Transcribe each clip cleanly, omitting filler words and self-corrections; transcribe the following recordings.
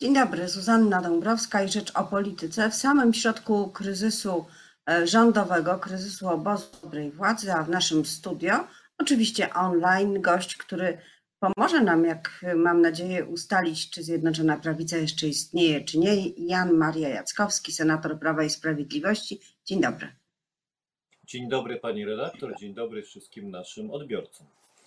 Dzień dobry, Zuzanna Dąbrowska i Rzecz o Polityce. W samym środku kryzysu rządowego, kryzysu obozu dobrej władzy, a w naszym studio, oczywiście online, gość, który pomoże nam, jak mam nadzieję, ustalić, czy Zjednoczona Prawica jeszcze istnieje, czy nie. Jan Maria Jackowski, senator Prawa i Sprawiedliwości. Dzień dobry. Dzień dobry pani redaktor, dzień dobry wszystkim naszym odbiorcom.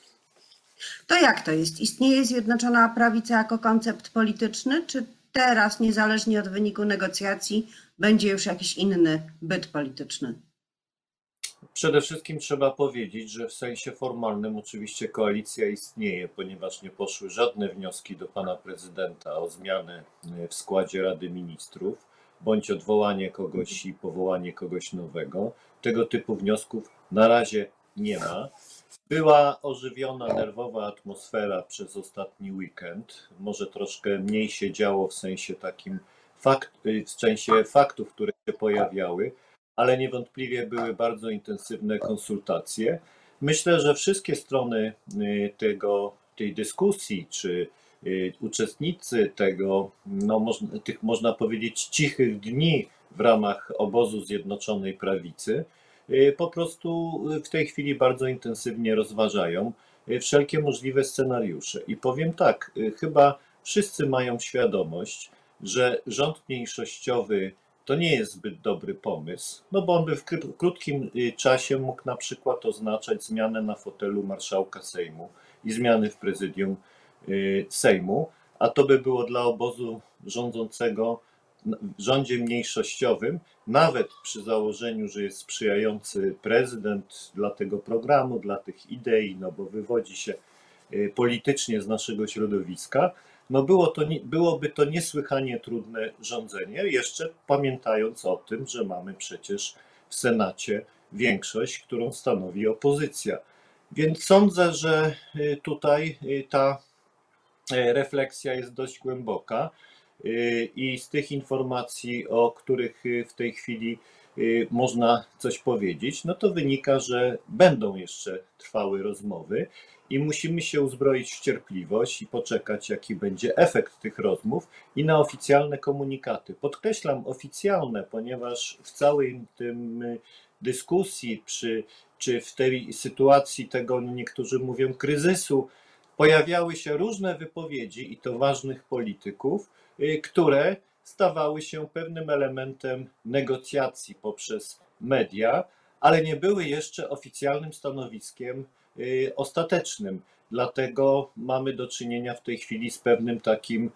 To jak to jest? Istnieje Zjednoczona Prawica jako koncept polityczny, czy teraz, niezależnie od wyniku negocjacji, będzie już jakiś inny byt polityczny? Przede wszystkim trzeba powiedzieć, że w sensie formalnym oczywiście koalicja istnieje, ponieważ nie poszły żadne wnioski do pana prezydenta o zmianę w składzie Rady Ministrów, bądź odwołanie kogoś i powołanie kogoś nowego. Tego typu wniosków na razie nie ma. Była ożywiona, nerwowa atmosfera przez ostatni weekend. Może troszkę mniej się działo w sensie takim w sensie faktów, które się pojawiały, ale niewątpliwie były bardzo intensywne konsultacje. Myślę, że wszystkie strony tej dyskusji, czy uczestnicy tych można powiedzieć cichych dni w ramach obozu Zjednoczonej Prawicy, po prostu w tej chwili bardzo intensywnie rozważają wszelkie możliwe scenariusze. I powiem tak, chyba wszyscy mają świadomość, że rząd mniejszościowy to nie jest zbyt dobry pomysł, no bo on by w krótkim czasie mógł na przykład oznaczać zmianę na fotelu marszałka Sejmu i zmiany w prezydium Sejmu, a to by było dla obozu rządzącego w rządzie mniejszościowym, nawet przy założeniu, że jest sprzyjający prezydent dla tego programu, dla tych idei, no bo wywodzi się politycznie z naszego środowiska, no byłoby to niesłychanie trudne rządzenie, jeszcze pamiętając o tym, że mamy przecież w Senacie większość, którą stanowi opozycja. Więc sądzę, że tutaj ta refleksja jest dość głęboka i z tych informacji, o których w tej chwili można coś powiedzieć, no to wynika, że będą jeszcze trwały rozmowy i musimy się uzbroić w cierpliwość i poczekać, jaki będzie efekt tych rozmów i na oficjalne komunikaty. Podkreślam oficjalne, ponieważ w całej tym dyskusji, czy w tej sytuacji tego, niektórzy mówią, kryzysu, pojawiały się różne wypowiedzi i to ważnych polityków, które stawały się pewnym elementem negocjacji poprzez media, ale nie były jeszcze oficjalnym stanowiskiem ostatecznym. Dlatego mamy do czynienia w tej chwili z pewnym takim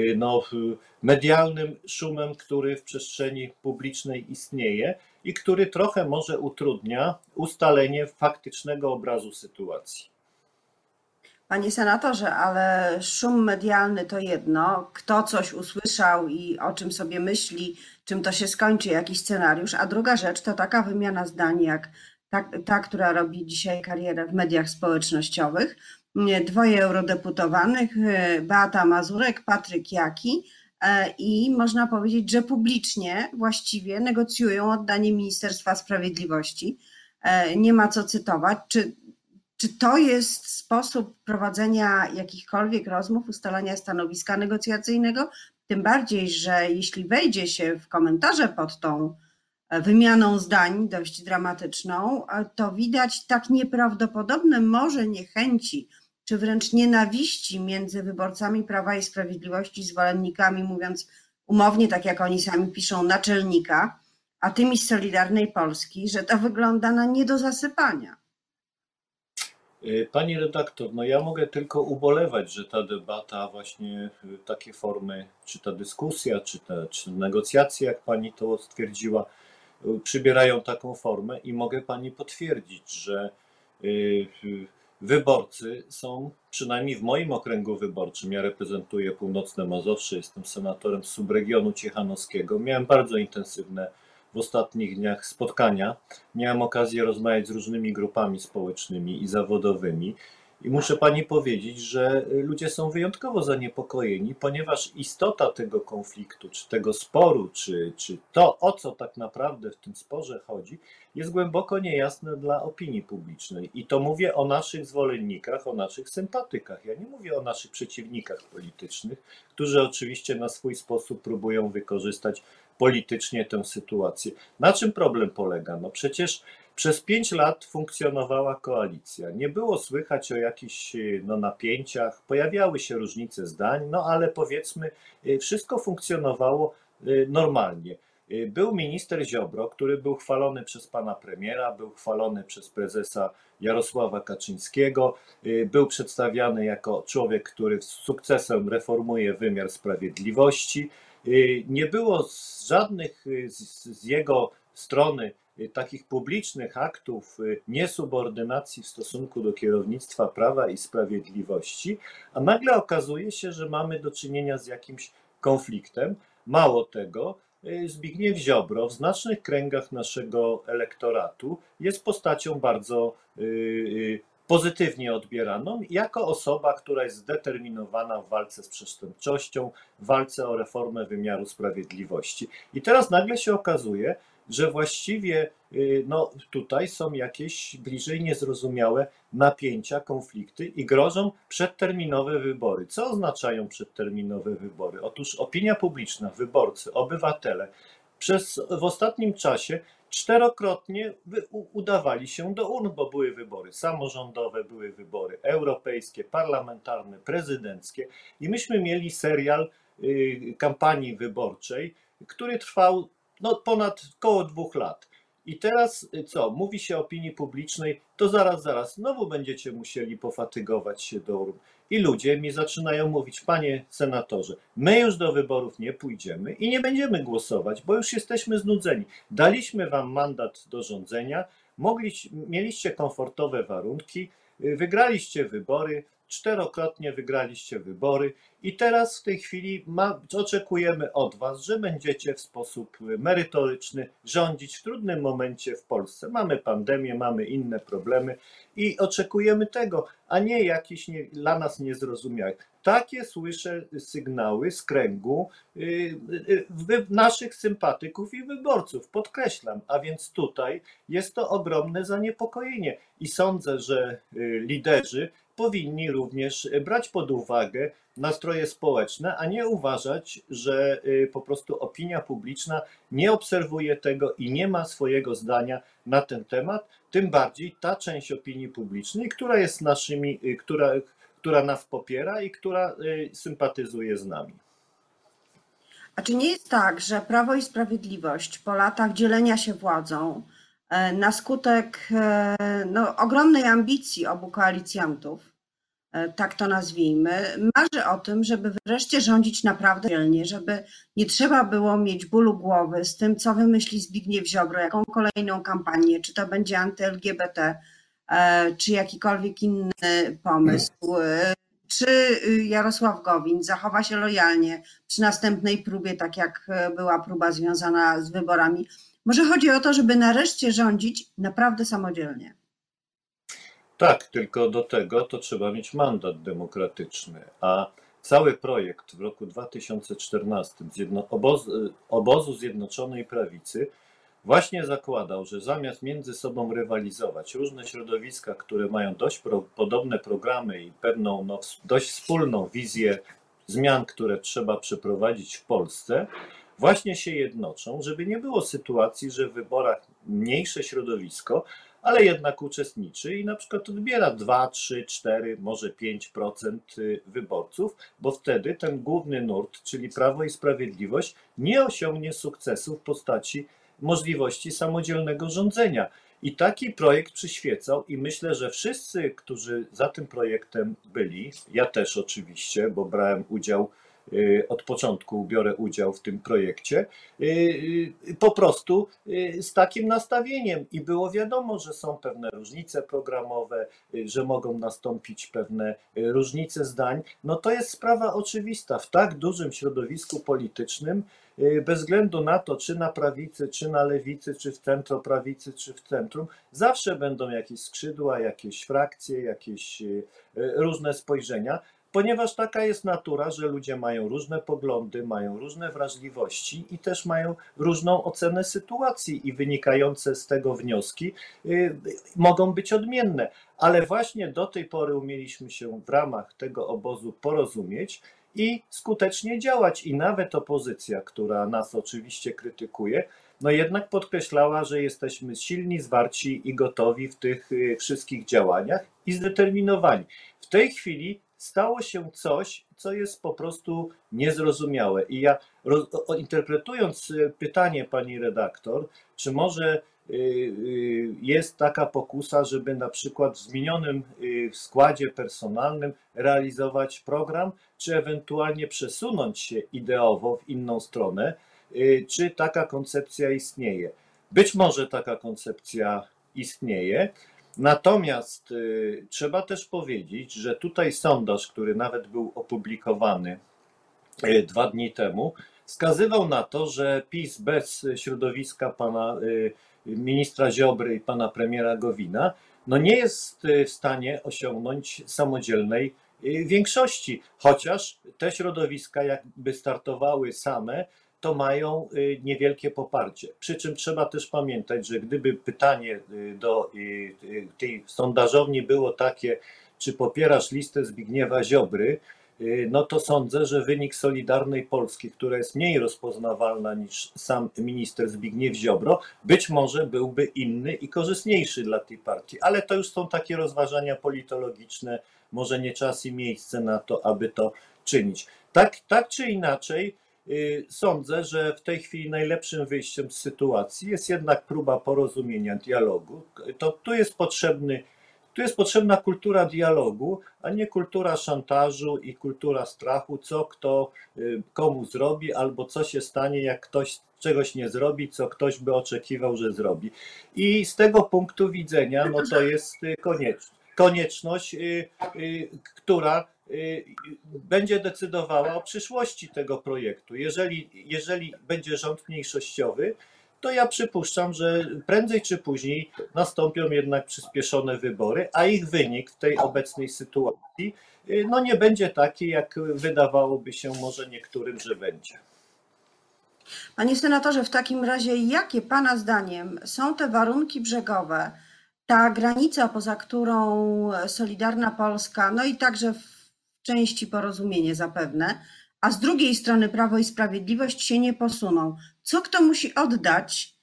medialnym szumem, który w przestrzeni publicznej istnieje i który trochę może utrudnia ustalenie faktycznego obrazu sytuacji. Panie senatorze, ale szum medialny to jedno, kto coś usłyszał i o czym sobie myśli, czym to się skończy, jakiś scenariusz, a druga rzecz to taka wymiana zdań, jak ta, która robi dzisiaj karierę w mediach społecznościowych. Dwoje eurodeputowanych, Beata Mazurek, Patryk Jaki, i można powiedzieć, że publicznie właściwie negocjują oddanie Ministerstwa Sprawiedliwości. Nie ma co cytować. Czy to jest sposób prowadzenia jakichkolwiek rozmów, ustalania stanowiska negocjacyjnego? Tym bardziej, że jeśli wejdzie się w komentarze pod tą wymianą zdań, dość dramatyczną, to widać tak nieprawdopodobne może niechęci, czy wręcz nienawiści między wyborcami Prawa i Sprawiedliwości, zwolennikami, mówiąc umownie, tak jak oni sami piszą, naczelnika, a tymi z Solidarnej Polski, że to wygląda na nie do zasypania. Pani redaktor, no ja mogę tylko ubolewać, że ta debata, właśnie takie formy, czy ta dyskusja, czy negocjacje, jak pani to stwierdziła, przybierają taką formę i mogę pani potwierdzić, że wyborcy są, przynajmniej w moim okręgu wyborczym, ja reprezentuję Północne Mazowsze, jestem senatorem z subregionu ciechanowskiego, miałem bardzo intensywne w ostatnich dniach spotkania. Miałem okazję rozmawiać z różnymi grupami społecznymi i zawodowymi I muszę pani powiedzieć, że ludzie są wyjątkowo zaniepokojeni, ponieważ istota tego konfliktu, czy tego sporu, czy to, o co tak naprawdę w tym sporze chodzi, jest głęboko niejasne dla opinii publicznej. I to mówię o naszych zwolennikach, o naszych sympatykach. Ja nie mówię o naszych przeciwnikach politycznych, którzy oczywiście na swój sposób próbują wykorzystać politycznie tę sytuację. Na czym problem polega? No przecież przez 5 lat funkcjonowała koalicja. Nie było słychać o jakichś napięciach, pojawiały się różnice zdań, no ale powiedzmy, wszystko funkcjonowało normalnie. Był minister Ziobro, który był chwalony przez pana premiera, był chwalony przez prezesa Jarosława Kaczyńskiego, był przedstawiany jako człowiek, który z sukcesem reformuje wymiar sprawiedliwości. Nie było żadnych z jego strony takich publicznych aktów niesubordynacji w stosunku do kierownictwa Prawa i Sprawiedliwości, a nagle okazuje się, że mamy do czynienia z jakimś konfliktem. Mało tego, Zbigniew Ziobro w znacznych kręgach naszego elektoratu jest postacią bardzo pozytywnie odbieraną jako osoba, która jest zdeterminowana w walce z przestępczością, w walce o reformę wymiaru sprawiedliwości. I teraz nagle się okazuje, że właściwie no, tutaj są jakieś bliżej niezrozumiałe napięcia, konflikty i grożą przedterminowe wybory. Co oznaczają przedterminowe wybory? Otóż opinia publiczna, wyborcy, obywatele w ostatnim czasie 4-krotnie udawali się do urn, bo były wybory samorządowe, były wybory europejskie, parlamentarne, prezydenckie i myśmy mieli serial kampanii wyborczej, który trwał no, ponad około 2 lat. I teraz co? Mówi się opinii publicznej, to zaraz, znowu będziecie musieli pofatygować się do urn. I ludzie mi zaczynają mówić, panie senatorze, my już do wyborów nie pójdziemy i nie będziemy głosować, bo już jesteśmy znudzeni. Daliśmy wam mandat do rządzenia, mieliście komfortowe warunki, wygraliście wybory, 4-krotnie wygraliście wybory i teraz w tej chwili oczekujemy od was, że będziecie w sposób merytoryczny rządzić w trudnym momencie w Polsce. Mamy pandemię, mamy inne problemy i oczekujemy tego, a nie jakichś dla nas niezrozumiałych. Takie słyszę sygnały z kręgu naszych sympatyków i wyborców, podkreślam, a więc tutaj jest to ogromne zaniepokojenie i sądzę, że liderzy powinni również brać pod uwagę nastroje społeczne, a nie uważać, że po prostu opinia publiczna nie obserwuje tego i nie ma swojego zdania na ten temat, tym bardziej ta część opinii publicznej, która jest która nas popiera i która sympatyzuje z nami. A czy nie jest tak, że Prawo i Sprawiedliwość po latach dzielenia się władzą na skutek no, ogromnej ambicji obu koalicjantów, tak to nazwijmy, marzy o tym, żeby wreszcie rządzić naprawdę dzielnie, żeby nie trzeba było mieć bólu głowy z tym, co wymyśli Zbigniew Ziobro, jaką kolejną kampanię, czy to będzie anty-LGBT, czy jakikolwiek inny pomysł, czy Jarosław Gowin zachowa się lojalnie przy następnej próbie, tak jak była próba związana z wyborami. Może chodzi o to, żeby nareszcie rządzić naprawdę samodzielnie. Tak, tylko do tego to trzeba mieć mandat demokratyczny, a cały projekt w roku 2014 obozu Zjednoczonej Prawicy właśnie zakładał, że zamiast między sobą rywalizować różne środowiska, które mają dość podobne programy i pewną dość wspólną wizję zmian, które trzeba przeprowadzić w Polsce, właśnie się jednoczą, żeby nie było sytuacji, że w wyborach mniejsze środowisko, ale jednak uczestniczy i na przykład odbiera 2, 3, 4, może 5% wyborców, bo wtedy ten główny nurt, czyli Prawo i Sprawiedliwość, nie osiągnie sukcesu w postaci możliwości samodzielnego rządzenia. I taki projekt przyświecał i myślę, że wszyscy, którzy za tym projektem byli, ja też oczywiście, bo brałem udział od początku biorę udział w tym projekcie, po prostu z takim nastawieniem i było wiadomo, że są pewne różnice programowe, że mogą nastąpić pewne różnice zdań. No to jest sprawa oczywista. W tak dużym środowisku politycznym, bez względu na to, czy na prawicy, czy na lewicy, czy w centroprawicy, czy w centrum, zawsze będą jakieś skrzydła, jakieś frakcje, jakieś różne spojrzenia, ponieważ taka jest natura, że ludzie mają różne poglądy, mają różne wrażliwości i też mają różną ocenę sytuacji i wynikające z tego wnioski mogą być odmienne. Ale właśnie do tej pory umieliśmy się w ramach tego obozu porozumieć i skutecznie działać. I nawet opozycja, która nas oczywiście krytykuje, no jednak podkreślała, że jesteśmy silni, zwarci i gotowi w tych wszystkich działaniach i zdeterminowani. W tej chwili stało się coś, co jest po prostu niezrozumiałe. I ja interpretując pytanie pani redaktor, czy może jest taka pokusa, żeby na przykład w zmienionym składzie personalnym realizować program, czy ewentualnie przesunąć się ideowo w inną stronę, czy taka koncepcja istnieje. Być może taka koncepcja istnieje, natomiast trzeba też powiedzieć, że tutaj sondaż, który nawet był opublikowany 2 dni temu, wskazywał na to, że PiS bez środowiska pana ministra Ziobry i pana premiera Gowina no nie jest w stanie osiągnąć samodzielnej większości, chociaż te środowiska jakby startowały same, to mają niewielkie poparcie. Przy czym trzeba też pamiętać, że gdyby pytanie do tej sondażowni było takie, czy popierasz listę Zbigniewa Ziobry, no to sądzę, że wynik Solidarnej Polski, która jest mniej rozpoznawalna niż sam minister Zbigniew Ziobro, być może byłby inny i korzystniejszy dla tej partii. Ale to już są takie rozważania politologiczne, może nie czas i miejsce na to, aby to czynić. Tak czy inaczej, sądzę, że w tej chwili najlepszym wyjściem z sytuacji jest jednak próba porozumienia, dialogu. Tu jest potrzebna kultura dialogu, a nie kultura szantażu i kultura strachu, co kto komu zrobi, albo co się stanie, jak ktoś czegoś nie zrobi, co ktoś by oczekiwał, że zrobi. I z tego punktu widzenia, no to jest konieczność, która będzie decydowała o przyszłości tego projektu. Jeżeli będzie rząd mniejszościowy, to ja przypuszczam, że prędzej czy później nastąpią jednak przyspieszone wybory, a ich wynik w tej obecnej sytuacji no nie będzie taki, jak wydawałoby się może niektórym, że będzie. Panie senatorze, w takim razie jakie pana zdaniem są te warunki brzegowe, ta granica, poza którą Solidarna Polska, no i także w części Porozumienie zapewne, a z drugiej strony Prawo i Sprawiedliwość się nie posuną? Co kto musi oddać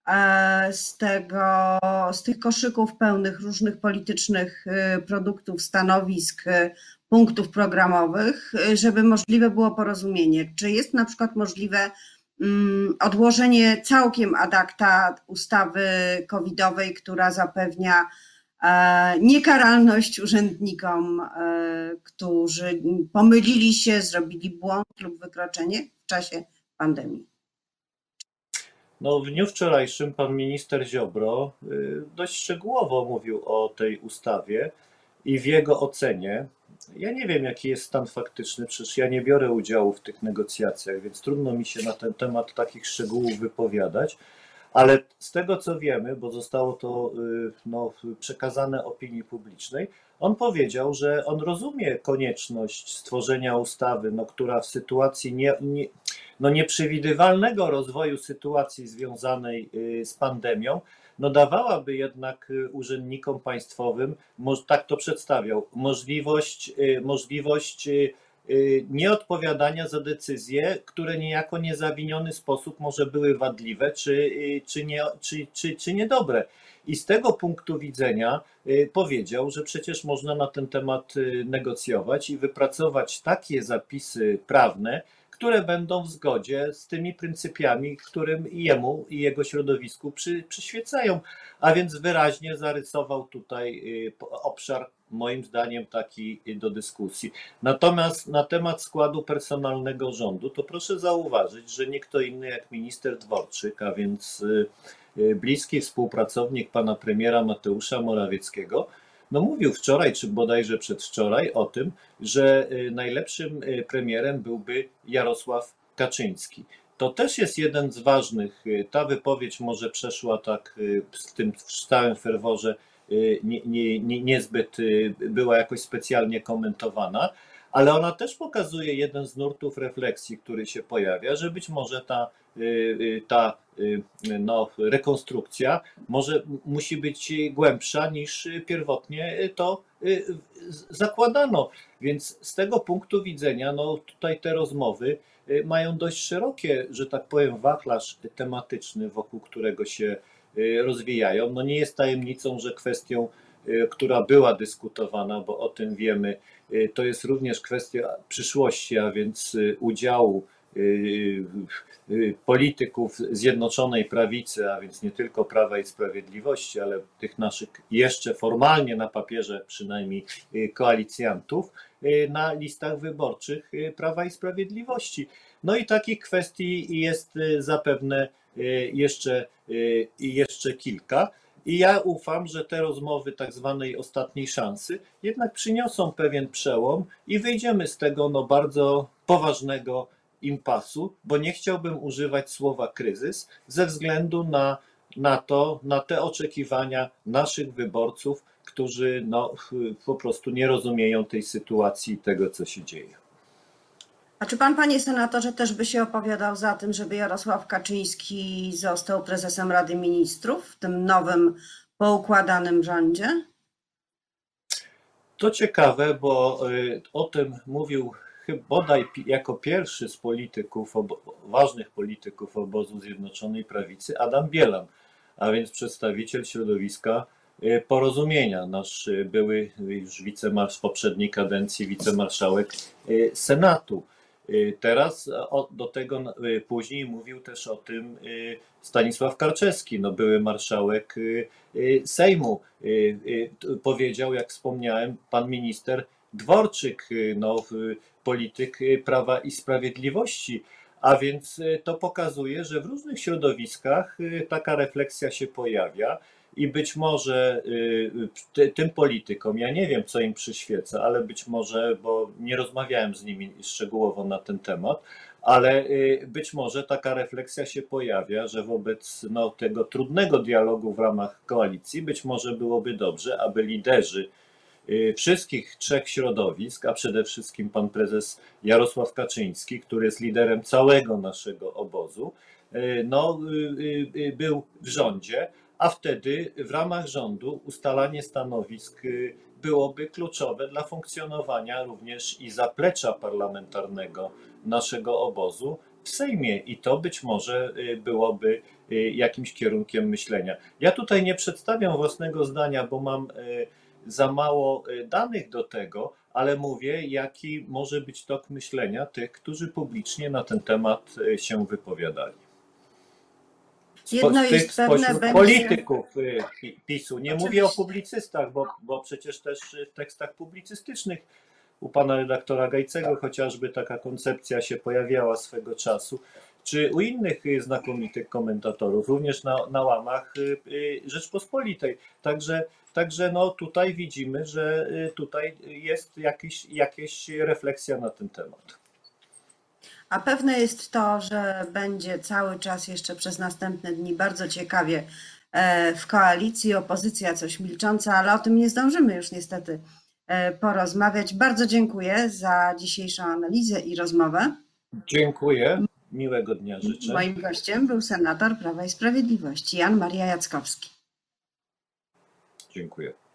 z tych koszyków pełnych różnych politycznych produktów, stanowisk, punktów programowych, żeby możliwe było porozumienie? Czy jest na przykład możliwe odłożenie całkiem ad acta ustawy covidowej, która zapewnia niekaralność urzędnikom, którzy pomylili się, zrobili błąd lub wykroczenie w czasie pandemii? No, w dniu wczorajszym pan minister Ziobro dość szczegółowo mówił o tej ustawie i w jego ocenie, ja nie wiem jaki jest stan faktyczny, przecież ja nie biorę udziału w tych negocjacjach, więc trudno mi się na ten temat takich szczegółów wypowiadać, ale z tego co wiemy, bo zostało to no, przekazane opinii publicznej, on powiedział, że on rozumie konieczność stworzenia ustawy, no, która w sytuacji nieprzewidywalnego rozwoju sytuacji związanej z pandemią, no dawałaby jednak urzędnikom państwowym, tak to przedstawiał, możliwość nieodpowiadania za decyzje, które niejako niezawiniony sposób może były wadliwe czy niedobre. I z tego punktu widzenia powiedział, że przecież można na ten temat negocjować i wypracować takie zapisy prawne, które będą w zgodzie z tymi pryncypiami, którym jemu i jego środowisku przyświecają. A więc wyraźnie zarysował tutaj obszar, moim zdaniem, taki do dyskusji. Natomiast na temat składu personalnego rządu, to proszę zauważyć, że nie kto inny jak minister Dworczyk, a więc bliski współpracownik pana premiera Mateusza Morawieckiego, no mówił wczoraj, czy bodajże przedwczoraj o tym, że najlepszym premierem byłby Jarosław Kaczyński. To też jest jeden z ważnych, ta wypowiedź może przeszła tak w tym całym ferworze, niezbyt była jakoś specjalnie komentowana, ale ona też pokazuje jeden z nurtów refleksji, który się pojawia, że być może ta rekonstrukcja musi być głębsza niż pierwotnie to zakładano. Więc z tego punktu widzenia, no tutaj te rozmowy mają dość szerokie, że tak powiem, wachlarz tematyczny, wokół którego się rozwijają. No nie jest tajemnicą, że kwestią, która była dyskutowana, bo o tym wiemy, to jest również kwestia przyszłości, a więc udziału polityków Zjednoczonej Prawicy, a więc nie tylko Prawa i Sprawiedliwości, ale tych naszych jeszcze formalnie na papierze przynajmniej koalicjantów na listach wyborczych Prawa i Sprawiedliwości. No i takich kwestii jest zapewne jeszcze kilka. I ja ufam, że te rozmowy tak zwanej ostatniej szansy jednak przyniosą pewien przełom i wyjdziemy z tego bardzo poważnego impasu, bo nie chciałbym używać słowa kryzys ze względu na te oczekiwania naszych wyborców, którzy po prostu nie rozumieją tej sytuacji i tego, co się dzieje. A czy pan, panie senatorze, też by się opowiadał za tym, żeby Jarosław Kaczyński został prezesem Rady Ministrów w tym nowym, poukładanym rządzie? To ciekawe, bo o tym mówił chyba bodaj jako pierwszy z polityków, ważnych polityków obozu Zjednoczonej Prawicy, Adam Bielan, a więc przedstawiciel środowiska Porozumienia, nasz były już w poprzedniej kadencji wicemarszałek Senatu. Teraz do tego później mówił też o tym Stanisław Karczewski, były marszałek Sejmu. Powiedział, jak wspomniałem, pan minister Dworczyk, polityk Prawa i Sprawiedliwości. A więc to pokazuje, że w różnych środowiskach taka refleksja się pojawia i być może tym politykom, ja nie wiem, co im przyświeca, ale być może, bo nie rozmawiałem z nimi szczegółowo na ten temat, ale być może taka refleksja się pojawia, że wobec tego trudnego dialogu w ramach koalicji być może byłoby dobrze, aby liderzy wszystkich trzech środowisk, a przede wszystkim pan prezes Jarosław Kaczyński, który jest liderem całego naszego obozu, był w rządzie, a wtedy w ramach rządu ustalanie stanowisk byłoby kluczowe dla funkcjonowania również i zaplecza parlamentarnego naszego obozu w Sejmie i to być może byłoby jakimś kierunkiem myślenia. Ja tutaj nie przedstawiam własnego zdania, bo mam za mało danych do tego, ale mówię, jaki może być tok myślenia tych, którzy publicznie na ten temat się wypowiadali. Jedno jest pewne, Spośród polityków PiS-u. Nie mówię o publicystach, bo przecież też w tekstach publicystycznych u pana redaktora Gajcego chociażby taka koncepcja się pojawiała swego czasu, czy u innych znakomitych komentatorów, również na łamach Rzeczpospolitej. Także tutaj widzimy, że tutaj jest jakaś refleksja na ten temat. A pewne jest to, że będzie cały czas jeszcze przez następne dni bardzo ciekawie w koalicji, opozycja coś milcząca, ale o tym nie zdążymy już niestety porozmawiać. Bardzo dziękuję za dzisiejszą analizę i rozmowę. Dziękuję. Miłego dnia życzę. Moim gościem był senator Prawa i Sprawiedliwości Jan Maria Jackowski. Dziękuję.